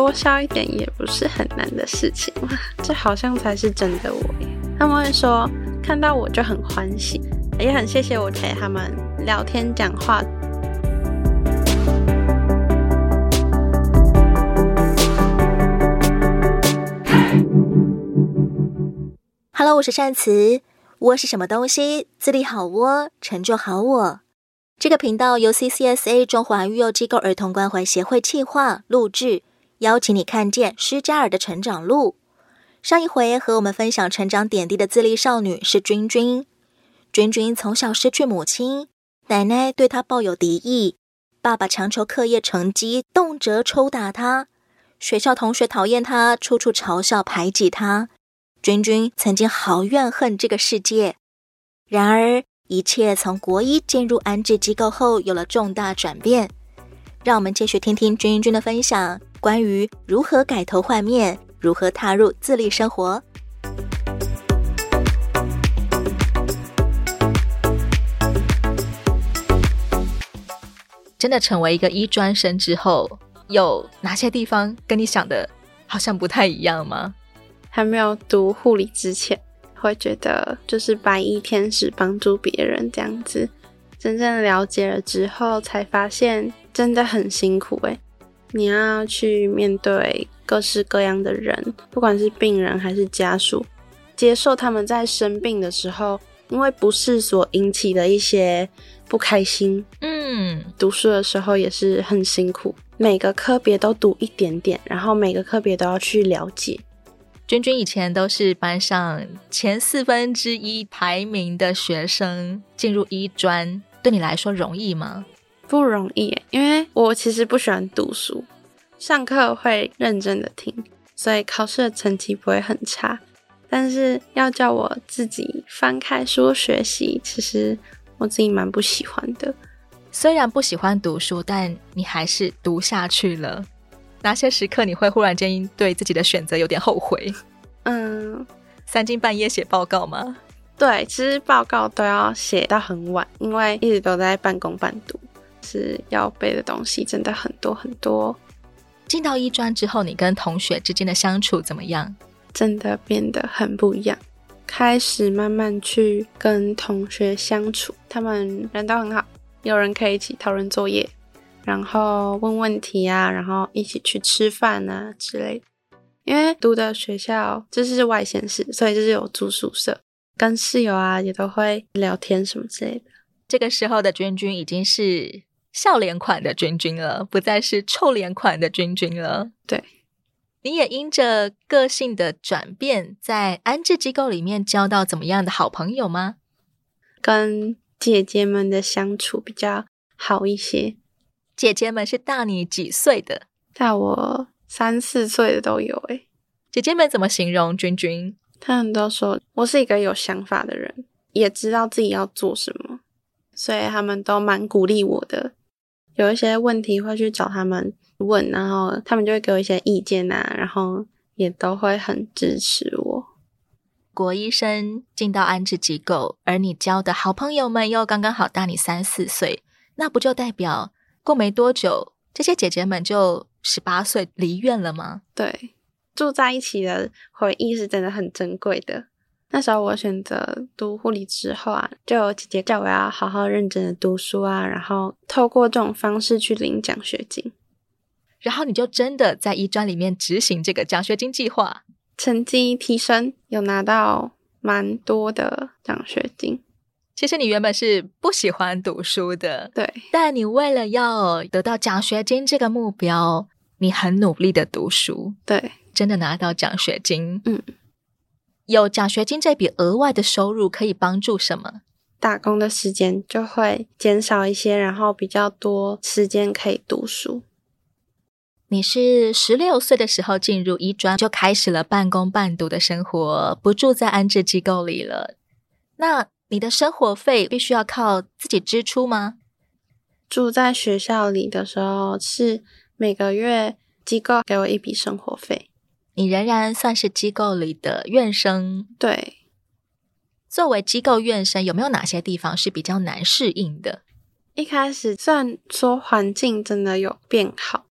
多笑一点也不是很难的事情嘛，这好像才是真的我耶。他们会说看到我就很欢喜，也很谢谢我陪他们聊天讲话。 Hello， 我是善慈。窝是什么东西？自立好窝，成就好我。这个频道由 CCSA 中华育幼机构儿童关怀协会企划录制，邀请你看见施加尔的成长路。上一回和我们分享成长点滴的自立少女是君君。君君从小失去母亲，奶奶对她抱有敌意，爸爸强求课业成绩，动辄抽打她，学校同学讨厌她，处处嘲笑排挤她。君君曾经好怨恨这个世界，然而一切从国一进入安置机构后有了重大转变。让我们继续听听君君的分享，关于如何改头换面，如何踏入自立生活。真的成为一个医专生之后，有哪些地方跟你想的好像不太一样吗？ 还没有读护理之前，会觉得就是白衣天使帮助别人这样子。真正了解了之后，才发现真的很辛苦耶。你要去面对各式各样的人，不管是病人还是家属，接受他们在生病的时候因为不适所引起的一些不开心。读书的时候也是很辛苦，每个科别都读一点点，然后每个科别都要去了解。 君君以前都是班上前1/4排名的学生，进入医专对你来说容易吗？ 不容易耶，因为我其实不喜欢读书，上课会认真的听，所以考试的成绩不会很差。但是要叫我自己翻开书学习，其实我自己蛮不喜欢的。 虽然不喜欢读书，但你还是读下去了。哪些时刻你会忽然间对自己的选择有点后悔？3更半夜写报告吗？ 对，其实报告都要写到很晚，因为一直都在半工半读，是要背的东西真的很多很多。 进到医专之后，你跟同学之间的相处怎么样？ 真的变得很不一样，开始慢慢去跟同学相处，他们人都很好，有人可以一起讨论作业，然后问问题啊，然后一起去吃饭啊之类的。因为读的学校就是外县市，所以就是有住宿舍，跟室友啊也都会聊天什么之类的。 这个时候的君君已经是笑脸款的君君了，不再是臭脸款的君君了。 对， 你也因着个性的转变，在安置机构里面交到怎么样的好朋友吗？ 跟姐姐们的相处比较好一些。 姐姐们是大你几岁的？ 大我3、4岁的都有耶。 姐姐们怎么形容君君？ 他们都说我是一个有想法的人，也知道自己要做什么，所以他们都蛮鼓励我的。有一些问题会去找他们问，然后他们就会给我一些意见啊，然后也都会很支持我。 国医生进到安置机构，而你交的好朋友们又刚刚好大你3、4岁，那不就代表过没多久这些姐姐们就18岁离院了吗？ 对，住在一起的回忆是真的很珍贵的。那时候我选择读护理之后啊，就有姐姐叫我要好好认真的读书啊，然后透过这种方式去领奖学金。 然后你就真的在医专里面执行这个奖学金计划， 成绩提升，有拿到蛮多的奖学金。 其实你原本是不喜欢读书的， 对， 但你为了要得到奖学金这个目标，你很努力的读书， 对， 真的拿到奖学金。有奖学金这笔额外的收入可以帮助什么？ 打工的时间就会减少一些，然后比较多时间可以读书。 你是16岁的时候进入医专，就开始了半工半读的生活，不住在安置机构里了。那你的生活费必须要靠自己支出吗？ 住在学校里的时候，是每个月机构给我一笔生活费。 你仍然算是机构里的院生。 对。 作为机构院生，有没有哪些地方是比较难适应的？ 一开始虽然说环境真的有变好，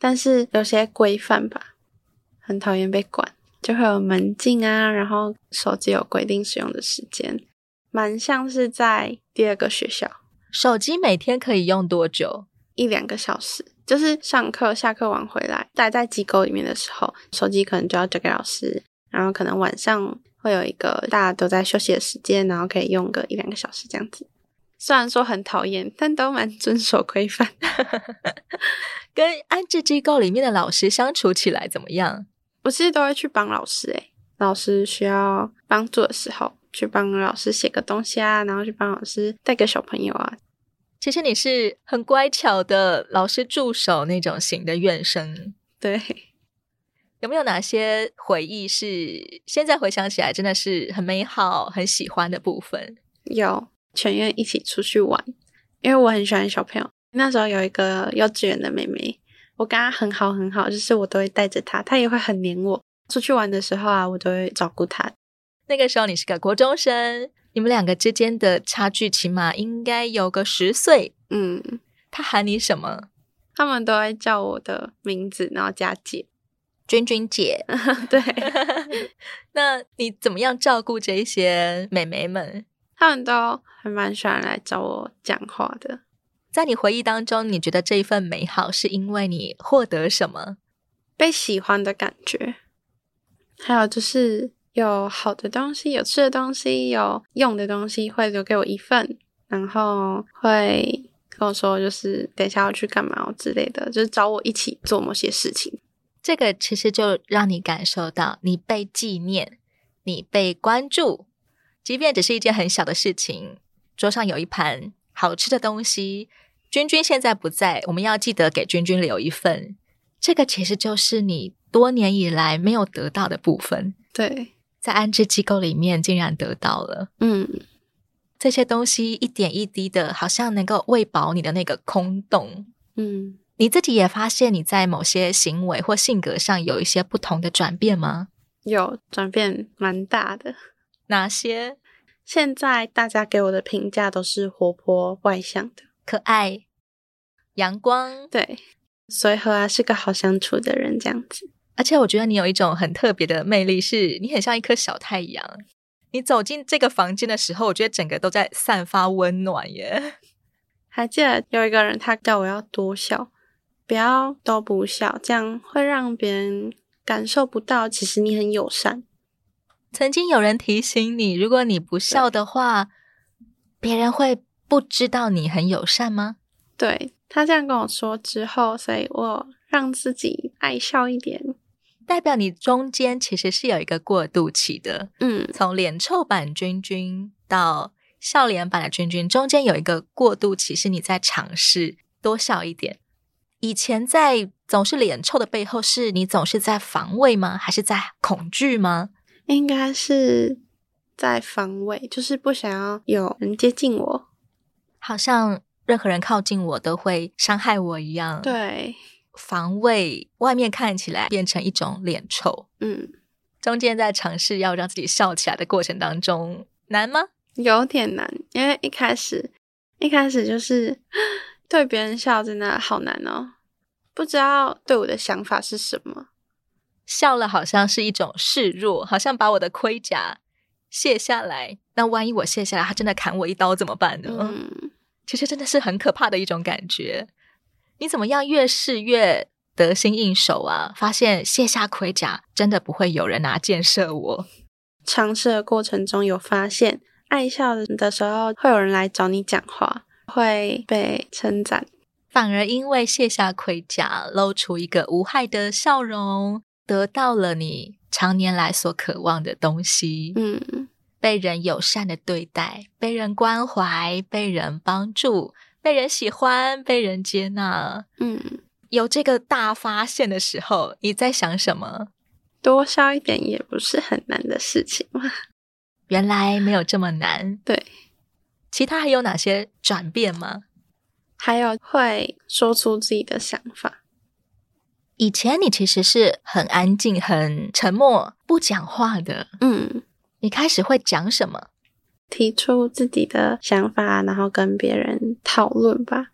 但是有些规范吧，很讨厌被管，就会有门禁啊，然后手机有规定使用的时间，蛮像是在第二个学校。 手机每天可以用多久 ？1-2个小时，就是上课下课晚回来待在机构里面的时候，手机可能就要交给老师，然后可能晚上会有一个大家都在休息的时间，然后可以用个1-2个小时这样子。虽然说很讨厌，但都蛮遵守规范。 跟安置机构里面的老师相处起来怎么样？ 我其实都会去帮老师老师需要帮助的时候去帮老师写个东西啊，然后去帮老师带个小朋友啊。 其实你是很乖巧的老师助手那种型的院生。 对。 有没有哪些回忆是现在回想起来真的是很美好很喜欢的部分？ 有，全院一起出去玩，因为我很喜欢小朋友。那时候有一个幼稚园的妹妹，我跟她很好很好，就是我都会带着她，她也会很黏我。出去玩的时候啊，我都会照顾她。 那个时候你是个国中生，你们两个之间的差距起码应该有个10岁。他喊你什么？ 他们都会叫我的名字，然后加姐， 君君姐。 对。 那你怎么样照顾这一些妹妹们？ 他们都还蛮喜欢来找我讲话的。 在你回忆当中，你觉得这一份美好是因为你获得什么？ 被喜欢的感觉，还有就是有好的东西，有吃的东西，有用的东西会留给我一份，然后会跟我说就是等一下要去干嘛之类的，就是找我一起做某些事情。 这个其实就让你感受到你被纪念，你被关注，即便只是一件很小的事情，桌上有一盘好吃的东西，君君现在不在，我们要记得给君君留一份，这个其实就是你多年以来没有得到的部分。 对， 在安置机构里面竟然得到了。这些东西一点一滴的好像能够喂饱你的那个空洞。你自己也发现你在某些行为或性格上有一些不同的转变吗？ 有，转变蛮大的。 哪些？ 现在大家给我的评价都是活泼外向的， 可爱阳光， 对，随和啊，是个好相处的人这样子。 而且我觉得你有一种很特别的魅力，是你很像一颗小太阳，你走进这个房间的时候，我觉得整个都在散发温暖耶。 还记得有一个人他叫我要多笑，不要都不笑，这样会让别人感受不到其实你很友善。 曾经有人提醒你，如果你不笑的话，别人会不知道你很友善吗？ 对，他这样跟我说之后，所以我让自己爱笑一点。 代表你中间其实是有一个过渡期的。从脸臭版君君到笑脸版的君君，中间有一个过渡期，是你在尝试多笑一点。以前在总是脸臭的背后，是你总是在防卫吗？还是在恐惧吗？ 应该是在防卫，就是不想要有人接近我， 好像任何人靠近我都会伤害我一样。 对， 防卫外面看起来变成一种脸臭。中间在尝试要让自己笑起来的过程当中，难吗？ 有点难，因为一开始就是对别人笑真的好难哦，不知道对我的想法是什么。 笑了好像是一种示弱，好像把我的盔甲卸下来，那万一我卸下来他真的砍我一刀怎么办呢？其实真的是很可怕的一种感觉。你怎么样越试越得心应手啊？发现卸下盔甲真的不会有人拿箭射我。 尝试的过程中有发现爱笑的时候会有人来找你讲话，会被称赞， 反而因为卸下盔甲露出一个无害的笑容，得到了你常年来所渴望的东西。被人友善的对待，被人关怀，被人帮助，被人喜欢，被人接纳。有这个大发现的时候，你在想什么？ 多笑一点也不是很难的事情嘛。 原来没有这么难。 对。 其他还有哪些转变吗？ 还有会说出自己的想法。 以前你其实是很安静很沉默不讲话的。你开始会讲什么？提出自己的想法，然后跟别人讨论吧。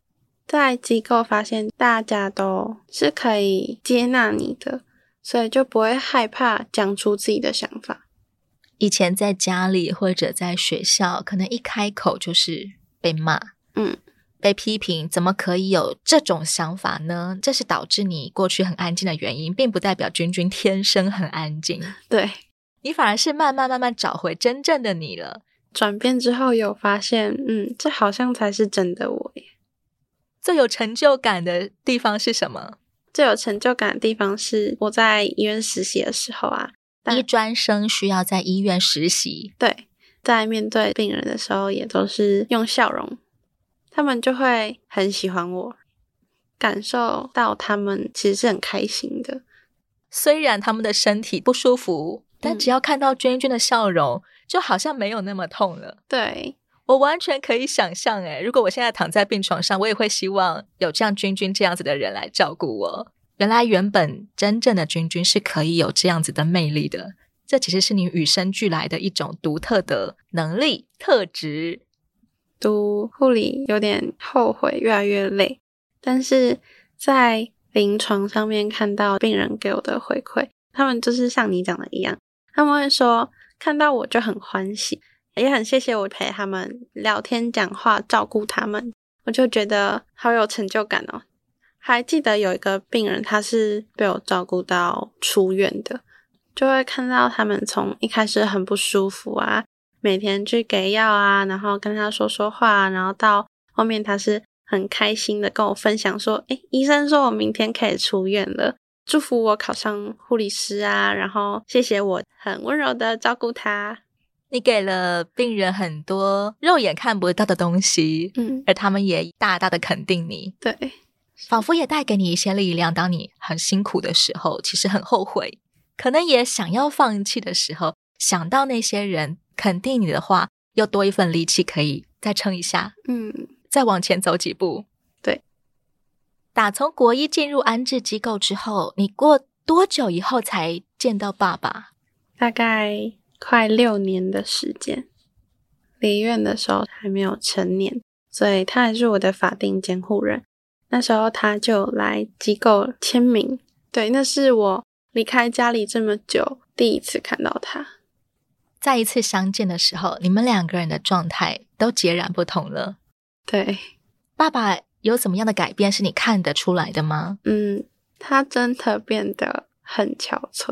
在机构发现大家都是可以接纳你的，所以就不会害怕讲出自己的想法。 以前在家里或者在学校，可能一开口就是被骂，被批评，怎么可以有这种想法呢？这是导致你过去很安静的原因，并不代表君君天生很安静。 对， 你反而是慢慢找回真正的你了。 转变之后有发现，这好像才是真的我耶。 最有成就感的地方是什么？ 最有成就感的地方是我在医院实习的时候啊， 医专生需要在医院实习。 对，在面对病人的时候也都是用笑容，他们就会很喜欢我，感受到他们其实是很开心的。 虽然他们的身体不舒服，但只要看到娟娟的笑容，就好像没有那么痛了。 对， 我完全可以想象如果我现在躺在病床上，我也会希望有这样君君这样子的人来照顾我。原来原本真正的君君是可以有这样子的魅力的，这其实是你与生俱来的一种独特的能力特质。 读护理有点后悔，越来越累，但是在临床上面看到病人给我的回馈，他们就是像你讲的一样，他们会说看到我就很欢喜，也很谢谢我陪他们聊天讲话照顾他们，我就觉得好有成就感哦。还记得有一个病人他是被我照顾到出院的，就会看到他们从一开始很不舒服啊，每天去给药啊，然后跟他说说话，然后到后面他是很开心的跟我分享说，医生说我明天可以出院了，祝福我考上护理师啊，然后谢谢我很温柔的照顾他。 你给了病人很多肉眼看不到的东西，而他们也大大的肯定你。 对， 仿佛也带给你一些力量，当你很辛苦的时候，其实很后悔，可能也想要放弃的时候，想到那些人肯定你的话，又多一份力气可以再撑一下，再往前走几步。 对， 打从国一进入安置机构之后，你过多久以后才见到爸爸？ 大概快6年的时间。离院的时候还没有成年，所以他还是我的法定监护人。那时候他就来机构签名，对，那是我离开家里这么久第一次看到他。 再一次相见的时候，你们两个人的状态都截然不同了。 对， 爸爸有怎么样的改变是你看得出来的吗？ 他真的变得很憔悴。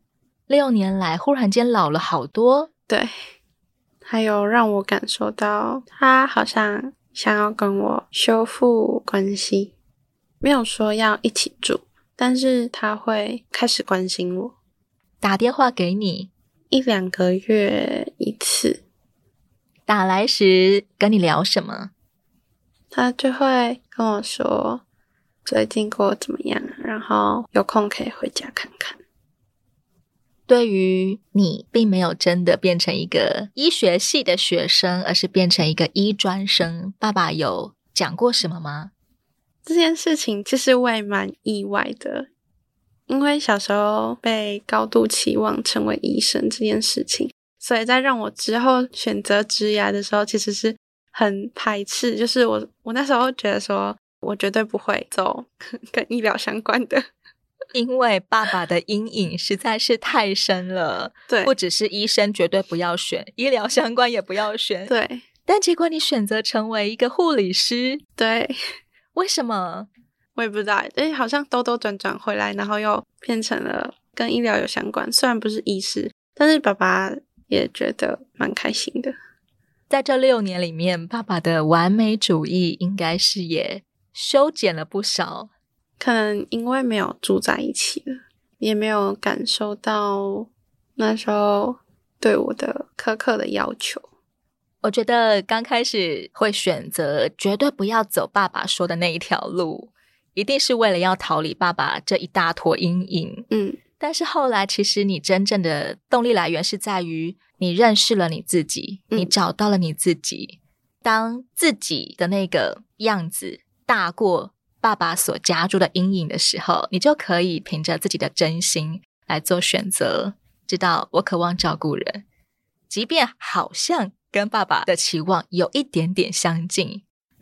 6年来忽然间老了好多。 对，还有让我感受到他好像想要跟我修复关系，没有说要一起住，但是他会开始关心我， 打电话给你 1-2个月一次。 打来时跟你聊什么？ 他就会跟我说最近过得怎么样，然后有空可以回家看看。 对于你并没有真的变成一个医学系的学生，而是变成一个医专生，爸爸有讲过什么吗？ 这件事情其实我也蛮意外的，因为小时候被高度期望成为医生这件事情，所以在让我之后选择职业的时候其实是很排斥，就是我那时候觉得说我绝对不会走跟医疗相关的， 因为爸爸的阴影实在是太深了。 对， 不只是医生绝对不要选，医疗相关也不要选。 对， 但结果你选择成为一个护理师。 对， 为什么？ 我也不知道，好像兜兜转转回来，然后又变成了跟医疗有相关，虽然不是医师，但是爸爸也觉得蛮开心的。 在这6年里面，爸爸的完美主义应该是也修剪了不少。 可能因为没有住在一起了，也没有感受到那时候对我的苛刻的要求。 我觉得刚开始会选择绝对不要走爸爸说的那一条路，一定是为了要逃离爸爸这一大坨阴影。但是后来其实你真正的动力来源是在于你认识了你自己，你找到了你自己。当自己的那个样子大过爸爸所加诸的阴影的时候，你就可以凭着自己的真心来做选择，知道我渴望照顾人，即便好像跟爸爸的期望有一点点相近，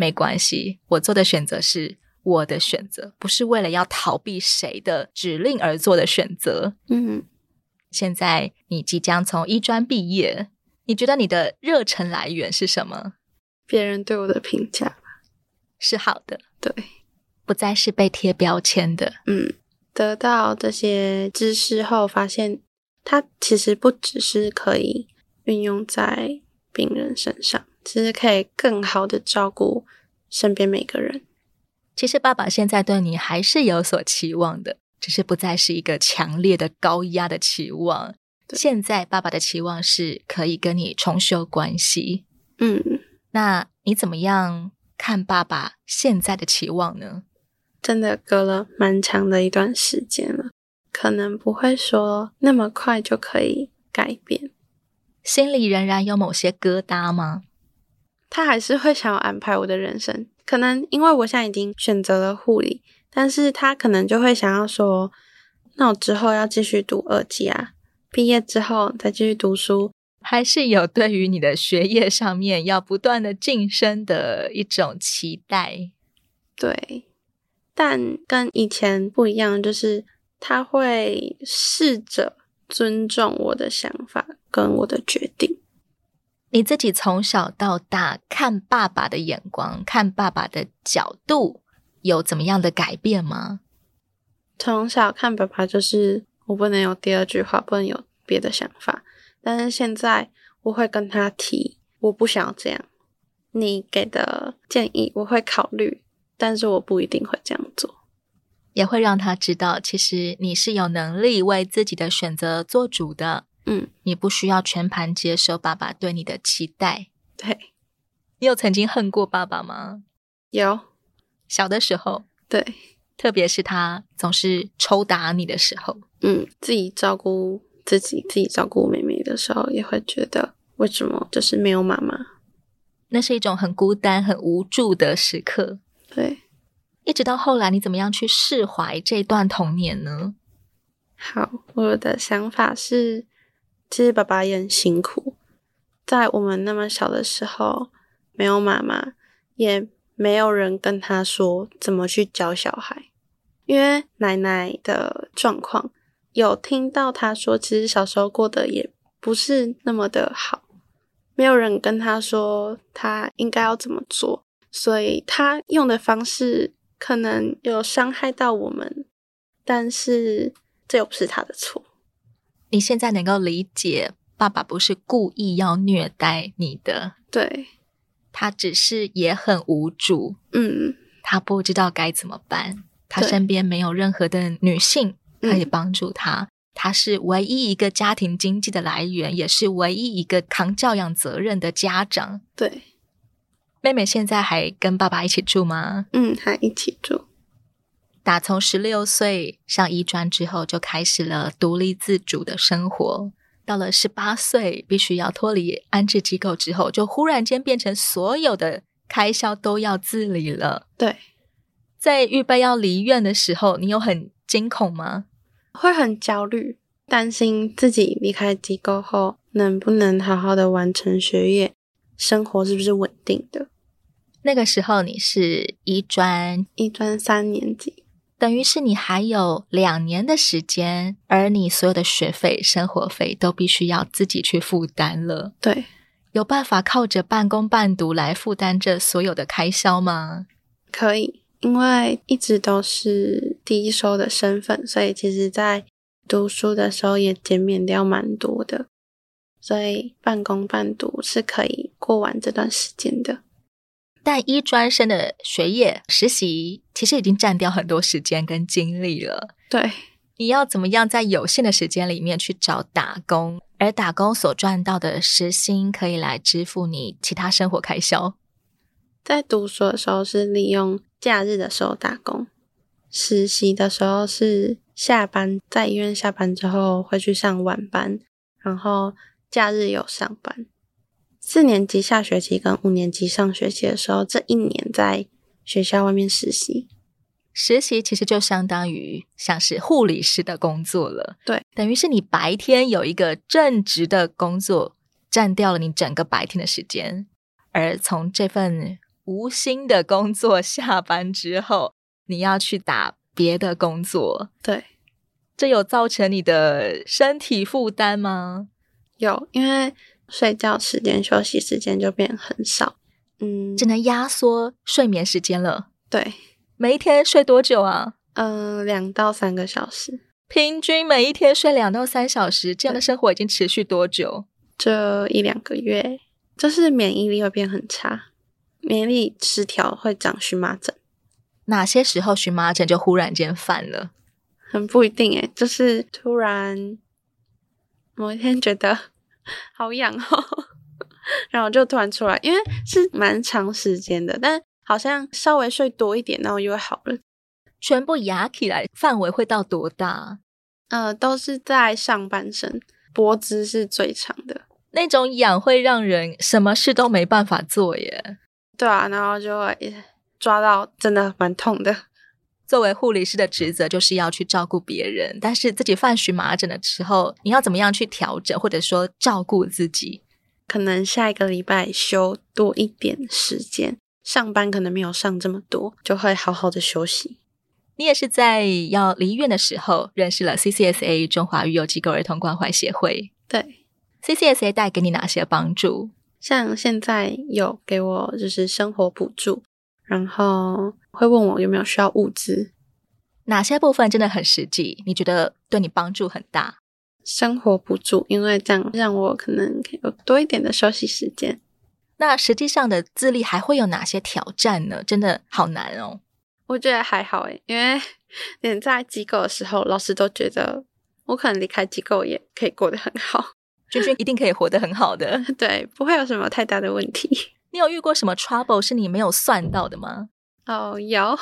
没关系，我做的选择是我的选择，不是为了要逃避谁的指令而做的选择。现在你即将从医专毕业，你觉得你的热忱来源是什么？ 别人对我的评价吧， 是好的， 对， 不再是被贴标签的。 得到这些知识后，发现它其实不只是可以运用在病人身上，其实可以更好的照顾身边每个人。 其实爸爸现在对你还是有所期望的，只是不再是一个强烈的高压的期望。现在爸爸的期望是可以跟你重修关系。那你怎么样看爸爸现在的期望呢？ 真的隔了蛮长的一段时间了，可能不会说那么快就可以改变。 心里仍然有某些疙瘩吗？ 他还是会想要安排我的人生，可能因为我现在已经选择了护理，但是他可能就会想要说，那我之后要继续读2技啊，毕业之后再继续读书， 还是有对于你的学业上面要不断的晋升的一种期待。 对，但跟以前不一样，就是他会试着尊重我的想法跟我的决定。 你自己从小到大看爸爸的眼光，看爸爸的角度有怎么样的改变吗？ 从小看爸爸就是我不能有第二句话，不能有别的想法，但是现在我会跟他提我不想要这样，你给的建议我会考虑，但是我不一定会这样做。 也会让他知道其实你是有能力为自己的选择做主的。你不需要全盘接受爸爸对你的期待。 对。 你有曾经恨过爸爸吗？ 有。 小的时候？ 对。 特别是他总是抽打你的时候。 自己照顾自己，自己照顾妹妹的时候，也会觉得为什么就是没有妈妈。 那是一种很孤单很无助的时刻。 对。 一直到后来你怎么样去释怀这段童年呢？ 好，我的想法是，其实爸爸也很辛苦，在我们那么小的时候，没有妈妈，也没有人跟他说怎么去教小孩。因为奶奶的状况，有听到他说其实小时候过得也不是那么的好，没有人跟他说他应该要怎么做，所以他用的方式可能有伤害到我们，但是这又不是他的错。 你现在能够理解爸爸不是故意要虐待你的。 对， 他只是也很无助。他不知道该怎么办，他身边没有任何的女性可以帮助他，他是唯一一个家庭经济的来源，也是唯一一个扛教养责任的家长。 对。 妹妹现在还跟爸爸一起住吗？ 还一起住。 打从16岁上医专之后就开始了独立自主的生活，到了18岁必须要脱离安置机构之后，就忽然间变成所有的开销都要自理了。 对。 在预备要离院的时候，你有很惊恐吗？ 会很焦虑，担心自己离开机构后能不能好好的完成学业，生活是不是稳定的。 那个时候你是医专 3年级， 等于是你还有2年的时间，而你所有的学费生活费都必须要自己去负担了。 对。 有办法靠着半工半读来负担这所有的开销吗？ 可以，因为一直都是低收的身份，所以其实在读书的时候也减免掉蛮多的，所以半工半读是可以过完这段时间的。 但医专生的学业实习其实已经占掉很多时间跟精力了。 对。 你要怎么样在有限的时间里面去找打工，而打工所赚到的时薪可以来支付你其他生活开销。 在读书的时候是利用假日的时候打工，实习的时候是下班，在医院下班之后会去上晚班，然后假日有上班。4年级下学期跟5年级上学期的时候，这1年在学校外面实习。 实习其实就相当于像是护理师的工作了。 对。 等于是你白天有一个正职的工作，占掉了你整个白天的时间，而从这份无心的工作下班之后，你要去打别的工作。 对， 这有造成你的身体负担吗？ 有，因为睡觉时间、休息时间就变很少， 只能压缩睡眠时间了。 对， 每一天睡多久啊 ？2到3个小时。 平均每一天睡2到3小时，这样的生活已经持续多久？ 这1-2个月，就是免疫力会变很差，免疫力失调会长荨麻疹。 哪些时候荨麻疹就忽然间犯了？ 很不一定耶，就是突然某一天觉得好痒哦，然后就突然出来，因为是蛮长时间的，但好像稍微睡多一点，然后又会好了。 全部压起来范围会到多大？ 都是在上半身，脖子是最长的。 那种痒会让人什么事都没办法做耶。 对啊，然后就会抓到，真的蛮痛的。 作为护理师的职责就是要去照顾别人，但是自己犯荨麻疹的时候，你要怎么样去调整，或者说照顾自己？ 可能下一个礼拜休多一点时间，上班可能没有上这么多，就会好好的休息。 你也是在要离院的时候认识了 CCSA 中华育幼机构儿童关怀协会。 对， CCSA 带给你哪些帮助？ 像现在有给我就是生活补助，然后会问我有没有需要物资。 哪些部分真的很实际，你觉得对你帮助很大？ 生活补助，因为这样让我可能有多一点的休息时间。 那实际上的自立还会有哪些挑战呢？真的好难哦。 我觉得还好耶，因为连在机构的时候，老师都觉得我可能离开机构也可以过得很好。 君君一定可以活得很好的。 对，不会有什么太大的问题。 你有遇过什么 trouble 是你没有算到的吗？ 有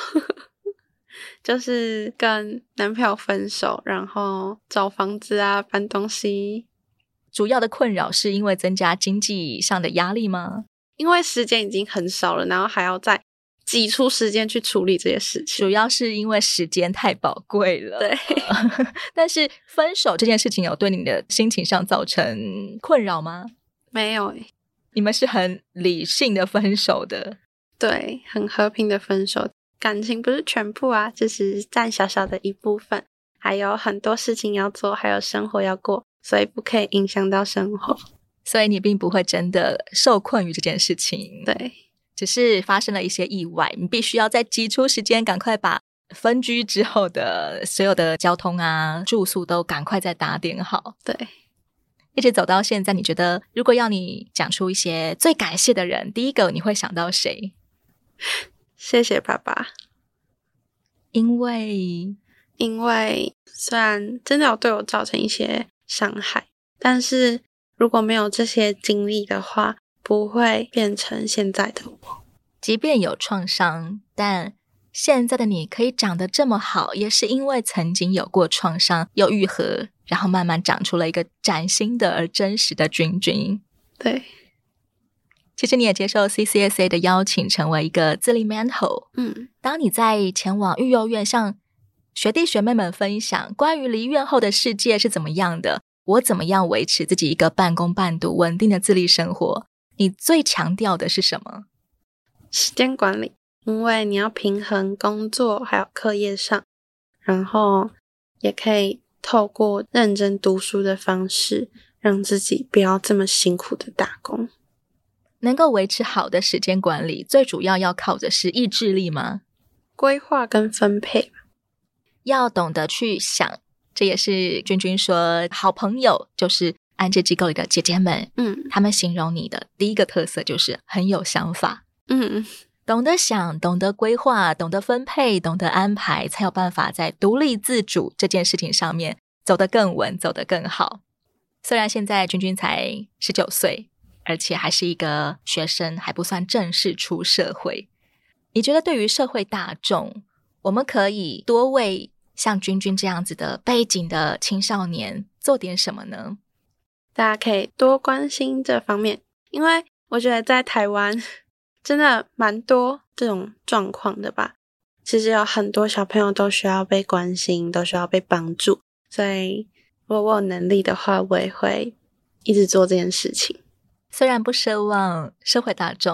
就是跟男朋友分手，然后找房子啊，搬东西。 主要的困扰是因为增加经济上的压力吗？ 因为时间已经很少了，然后还要再挤出时间去处理这些事情。 主要是因为时间太宝贵了。 对但是分手这件事情有对你的心情上造成困扰吗？ 没有耶， 你们是很理性的分手的。 对，很和平的分手。感情不是全部啊，只是占小小的一部分，还有很多事情要做，还有生活要过，所以不可以影响到生活。 所以你并不会真的受困于这件事情。 对， 只是发生了一些意外，你必须要再挤出时间赶快把分居之后的所有的交通啊住宿都赶快再打点好。 对， 一直走到现在，你觉得如果要你讲出一些最感谢的人，第一个你会想到谁？ 谢谢爸爸。 因为虽然真的有对我造成一些伤害，但是如果没有这些经历的话，不会变成现在的我。 即便有创伤，但现在的你可以长得这么好，也是因为曾经有过创伤，又愈合，然后慢慢长出了一个崭新的而真实的君君。 对， 其实你也接受 CCSA 的邀请，成为一个自立 mentor。当你在前往育幼院向学弟学妹们分享关于离院后的世界是怎么样的，我怎么样维持自己一个半工半读稳定的自立生活，你最强调的是什么？ 时间管理，因为你要平衡工作还有课业上，然后也可以透过认真读书的方式，让自己不要这么辛苦的打工。 能够维持好的时间管理，最主要靠的是意志力吗？ 规划跟分配吧。 要懂得去想，这也是君君说好朋友就是安置机构里的姐姐们，他们形容你的第一个特色就是很有想法。懂得想，懂得规划，懂得分配，懂得安排，才有办法在独立自主这件事情上面走得更稳，走得更好。虽然现在君君才19岁，而且还是一个学生，还不算正式出社会，你觉得对于社会大众，我们可以多为像君君这样子的背景的青少年做点什么呢？ 大家可以多关心这方面，因为我觉得在台湾真的蛮多这种状况的吧。其实有很多小朋友都需要被关心，都需要被帮助，所以如果我有能力的话，我也会一直做这件事情。 虽然不奢望社会大众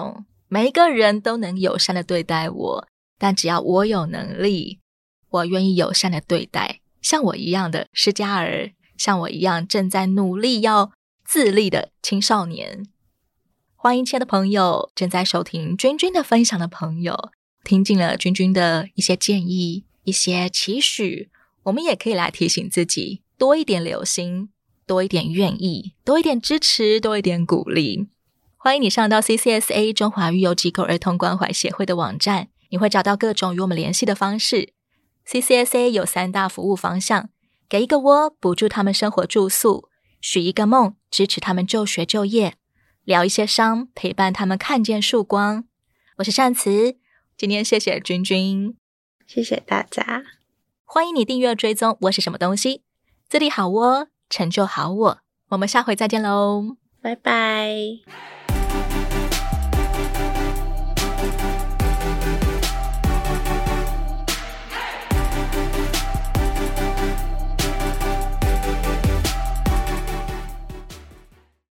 每一个人都能友善的对待我，但只要我有能力，我愿意友善的对待像我一样的失家儿，像我一样正在努力要自立的青少年。欢迎亲爱的朋友，正在收听君君的分享的朋友，听进了君君的一些建议，一些期许，我们也可以来提醒自己多一点留心，多一点愿意，多一点支持，多一点鼓励。欢迎你上到 CCSA 中华育幼机构儿童关怀协会的网站，你会找到各种与我们联系的方式。CCSA 有3大服务方向，给一个窝补助他们生活住宿，许一个梦支持他们就学就业，疗一些伤陪伴他们看见曙光。我是善慈，今天谢谢君君， 谢谢大家。 欢迎你订阅追踪我是什么东西，自立好窝，成就好我。我们下回再见喽， 拜拜。